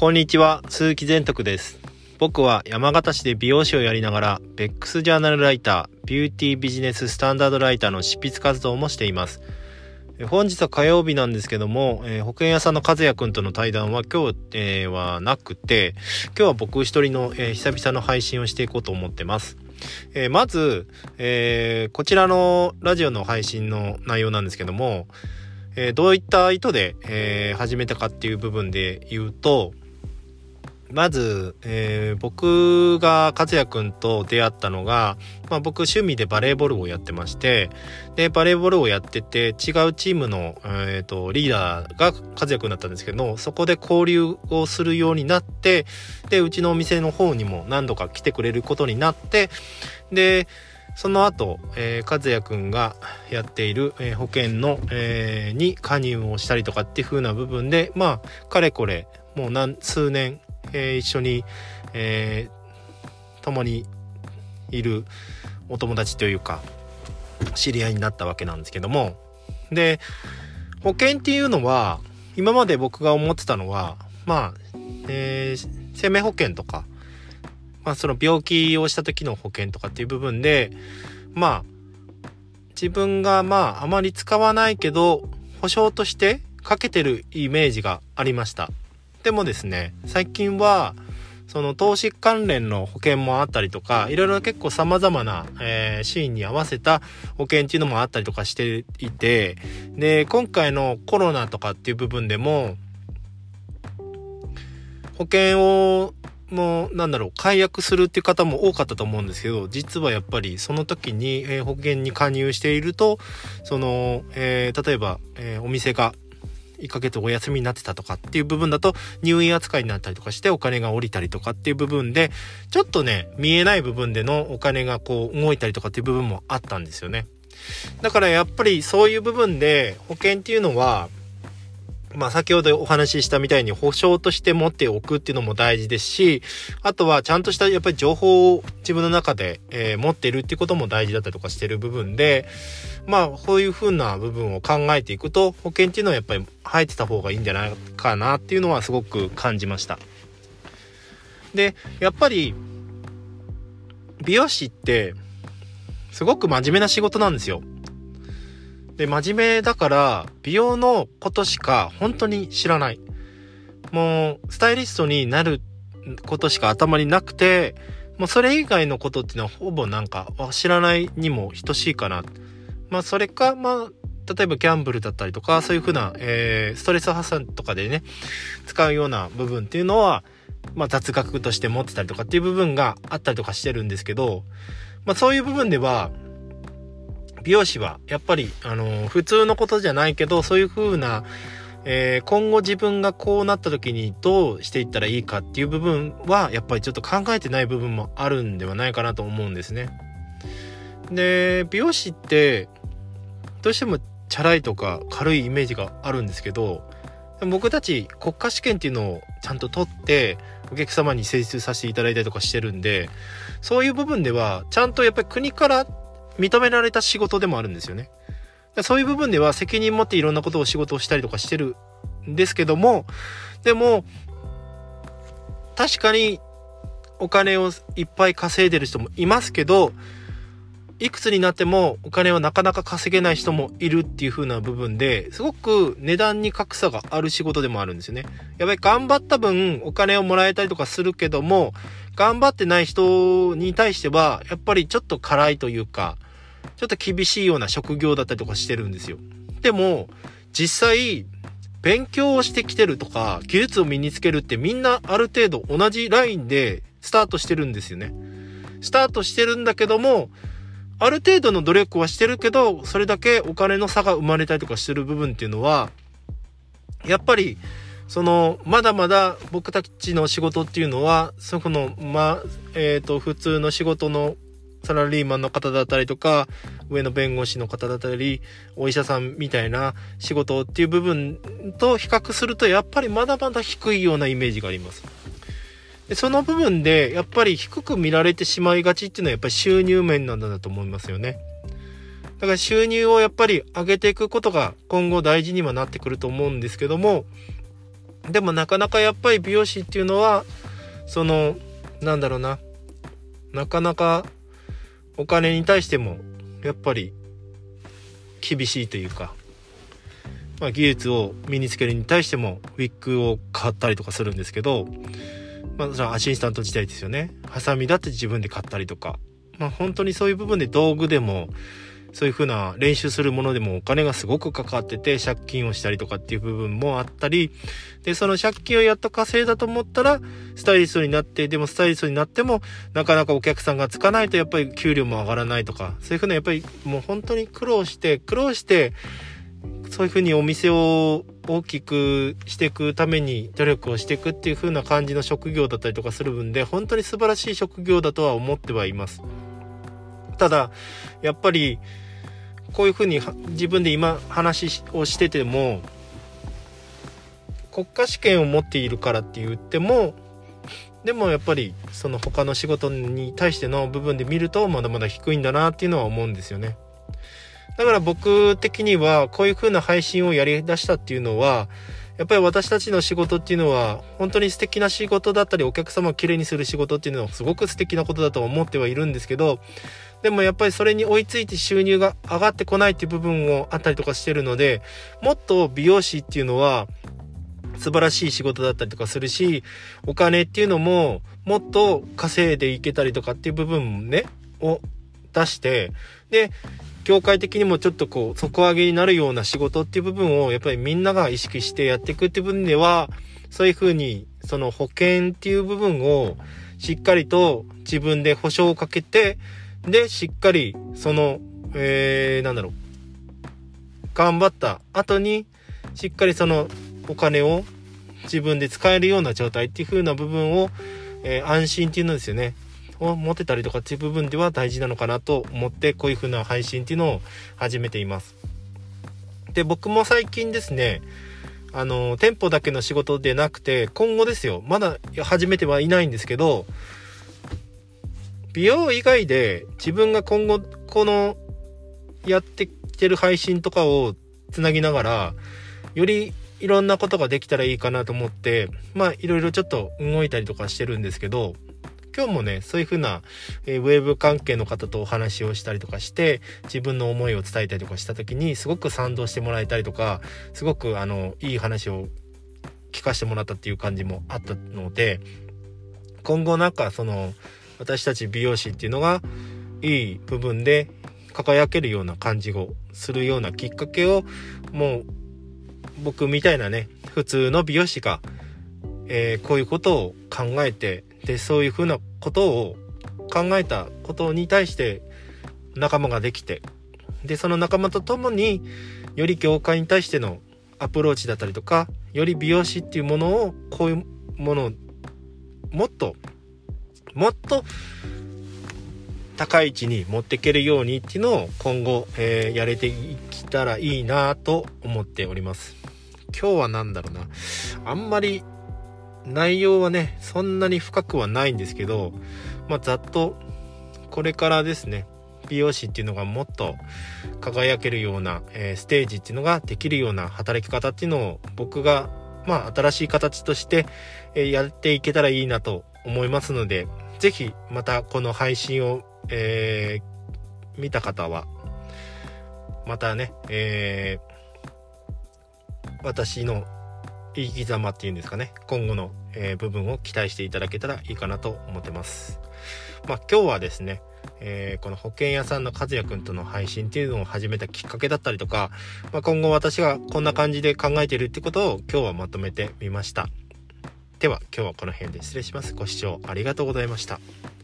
こんにちは、鈴木善徳です。僕は山形市で美容師をやりながら、ベックスジャーナルライター、ビューティービジネススタンダードライターの執筆活動もしています。本日は火曜日なんですけども、保険屋さんの和也くんとの対談は今日、はなくて、今日は僕一人の、久々の配信をしていこうと思ってます。まず、こちらのラジオの配信の内容なんですけども、どういった意図で、始めたかっていう部分で言うと、まず、僕が和也くんと出会ったのが、僕趣味でバレーボールをやってまして、でバレーボールをやってて違うチームの、リーダーが和也くんだったんですけど、そこで交流をするようになって、でうちのお店の方にも何度か来てくれることになって、でその後、和也くんがやっている、保険の、に加入をしたりとかっていう風な部分で、かれこれもう数年一緒に、共にいるお友達というか知り合いになったわけなんですけども、で保険っていうのは今まで僕が思ってたのは生命保険とか、その病気をした時の保険とかっていう部分で自分があまり使わないけど保証としてかけてるイメージがありました。でもですね、最近はその投資関連の保険もあったりとか、いろいろ結構様々な、シーンに合わせた保険っていうのもあったりとかしていて、で今回のコロナとかっていう部分でも保険を解約するっていう方も多かったと思うんですけど、実はやっぱりその時に、保険に加入していると、その、例えば、お店が1ヶ月お休みになってたとかっていう部分だと入院扱いになったりとかしてお金が下りたりとかっていう部分で、ちょっとね見えない部分でのお金がこう動いたりとかっていう部分もあったんですよね。だからやっぱりそういう部分で保険っていうのは先ほどお話ししたみたいに保証として持っておくっていうのも大事ですし、あとはちゃんとしたやっぱり情報を自分の中で、持っているっていうことも大事だったりとかしてる部分で、こういう風な部分を考えていくと保険っていうのはやっぱり入ってた方がいいんじゃないかなっていうのはすごく感じました。でやっぱり美容師ってすごく真面目な仕事なんですよ。で真面目だから美容のことしか本当に知らない。もうスタイリストになることしか頭になくて、もうそれ以外のことっていうのはほぼ知らないにも等しいかな。それか例えばギャンブルだったりとかそういう風な、ストレス発散とかでね使うような部分っていうのは雑学として持ってたりとかっていう部分があったりとかしてるんですけど、そういう部分では美容師はやっぱり普通のことじゃないけど、そういう風な、今後自分がこうなった時にどうしていったらいいかっていう部分はやっぱりちょっと考えてない部分もあるんではないかなと思うんですね。で美容師ってどうしてもチャラいとか軽いイメージがあるんですけど、僕たち国家試験っていうのをちゃんと取ってお客様に提出させていただいたりとかしてるんで、そういう部分ではちゃんとやっぱり国から認められた仕事でもあるんですよね。そういう部分では責任持っていろんなことを仕事をしたりとかしてるんですけども、でも確かにお金をいっぱい稼いでる人もいますけど、いくつになってもお金をなかなか稼げない人もいるっていう風な部分ですごく値段に格差がある仕事でもあるんですよね。やっぱり頑張った分お金をもらえたりとかするけども、頑張ってない人に対してはやっぱりちょっと辛いというかちょっと厳しいような職業だったりとかしてるんですよ。でも実際勉強をしてきてるとか技術を身につけるってみんなある程度同じラインでスタートしてるんですよね。スタートしてるんだけども、ある程度の努力はしてるけど、それだけお金の差が生まれたりとかしてる部分っていうのはやっぱりまだまだ僕たちの仕事っていうのは普通の仕事のサラリーマンの方だったりとか上の弁護士の方だったりお医者さんみたいな仕事っていう部分と比較するとやっぱりまだまだ低いようなイメージがあります。でその部分でやっぱり低く見られてしまいがちっていうのはやっぱり収入面なんだと思いますよね。だから収入をやっぱり上げていくことが今後大事にはなってくると思うんですけども、 でもなかなかやっぱり美容師っていうのはなかなかお金に対してもやっぱり厳しいというか、技術を身につけるに対してもウィッグを買ったりとかするんですけど、それはアシスタント自体ですよね。ハサミだって自分で買ったりとか、本当にそういう部分で道具でもそういう風な練習するものでもお金がすごくかかってて、借金をしたりとかっていう部分もあったりで、その借金をやっと稼いだと思ったらスタイリストになって、でもスタイリストになってもなかなかお客さんがつかないと、やっぱり給料も上がらないとか、そういう風なやっぱりもう本当に苦労してそういう風にお店を大きくしていくために努力をしていくっていう風な感じの職業だったりとかする分で、本当に素晴らしい職業だとは思ってはいます。ただやっぱりこういう風に自分で今話をしてても、国家試験を持っているからって言っても、でもやっぱりその他の仕事に対しての部分で見るとまだまだ低いんだなっていうのは思うんですよね。だから僕的にはこういう風な配信をやり出したっていうのは、やっぱり私たちの仕事っていうのは本当に素敵な仕事だったり、お客様をきれいにする仕事っていうのはすごく素敵なことだと思ってはいるんですけど、でもやっぱりそれに追いついて収入が上がってこないっていう部分もあったりとかしてるので、もっと美容師っていうのは素晴らしい仕事だったりとかするし、お金っていうのももっと稼いでいけたりとかっていう部分ねを出して、で業界的にもちょっと底上げになるような仕事っていう部分をやっぱりみんなが意識してやっていくっていう部分では、そういうふうにその保険っていう部分をしっかりと自分で保証をかけて、でしっかりその頑張った後にしっかりそのお金を自分で使えるような状態っていう風な部分を、安心っていうのですよねを持てたりとかっていう部分では大事なのかなと思って、こういう風な配信っていうのを始めています。で僕も最近ですね、店舗だけの仕事でなくて、今後ですよ、まだ始めてはいないんですけど、美容以外で自分が今後このやってきてる配信とかをつなぎながら、よりいろんなことができたらいいかなと思って、いろいろちょっと動いたりとかしてるんですけど、今日もねそういう風な、ウェブ関係の方とお話をしたりとかして、自分の思いを伝えたりとかした時にすごく賛同してもらえたりとか、すごくいい話を聞かせてもらったっていう感じもあったので、今後私たち美容師っていうのがいい部分で輝けるような感じをするようなきっかけを、もう僕みたいなね普通の美容師が、こういうことを考えて、でそういうふうなことを考えたことに対して仲間ができて、でその仲間と共により業界に対してのアプローチだったりとか、より美容師っていうものを、こういうものをもっと高い位置に持っていけるようにっていうのを今後、やれていけたらいいなと思っております。今日はあんまり内容はねそんなに深くはないんですけど、ざっとこれからですね、美容師っていうのがもっと輝けるような、ステージっていうのができるような働き方っていうのを僕が新しい形として、やっていけたらいいなと思いますので、ぜひまたこの配信を、見た方はまたね、私の生き様っていうんですかね、今後の、部分を期待していただけたらいいかなと思ってます。今日はですね、この保険屋さんの和也くんとの配信っていうのを始めたきっかけだったりとか、今後私がこんな感じで考えているってことを今日はまとめてみました。では今日はこの辺で失礼します。ご視聴ありがとうございました。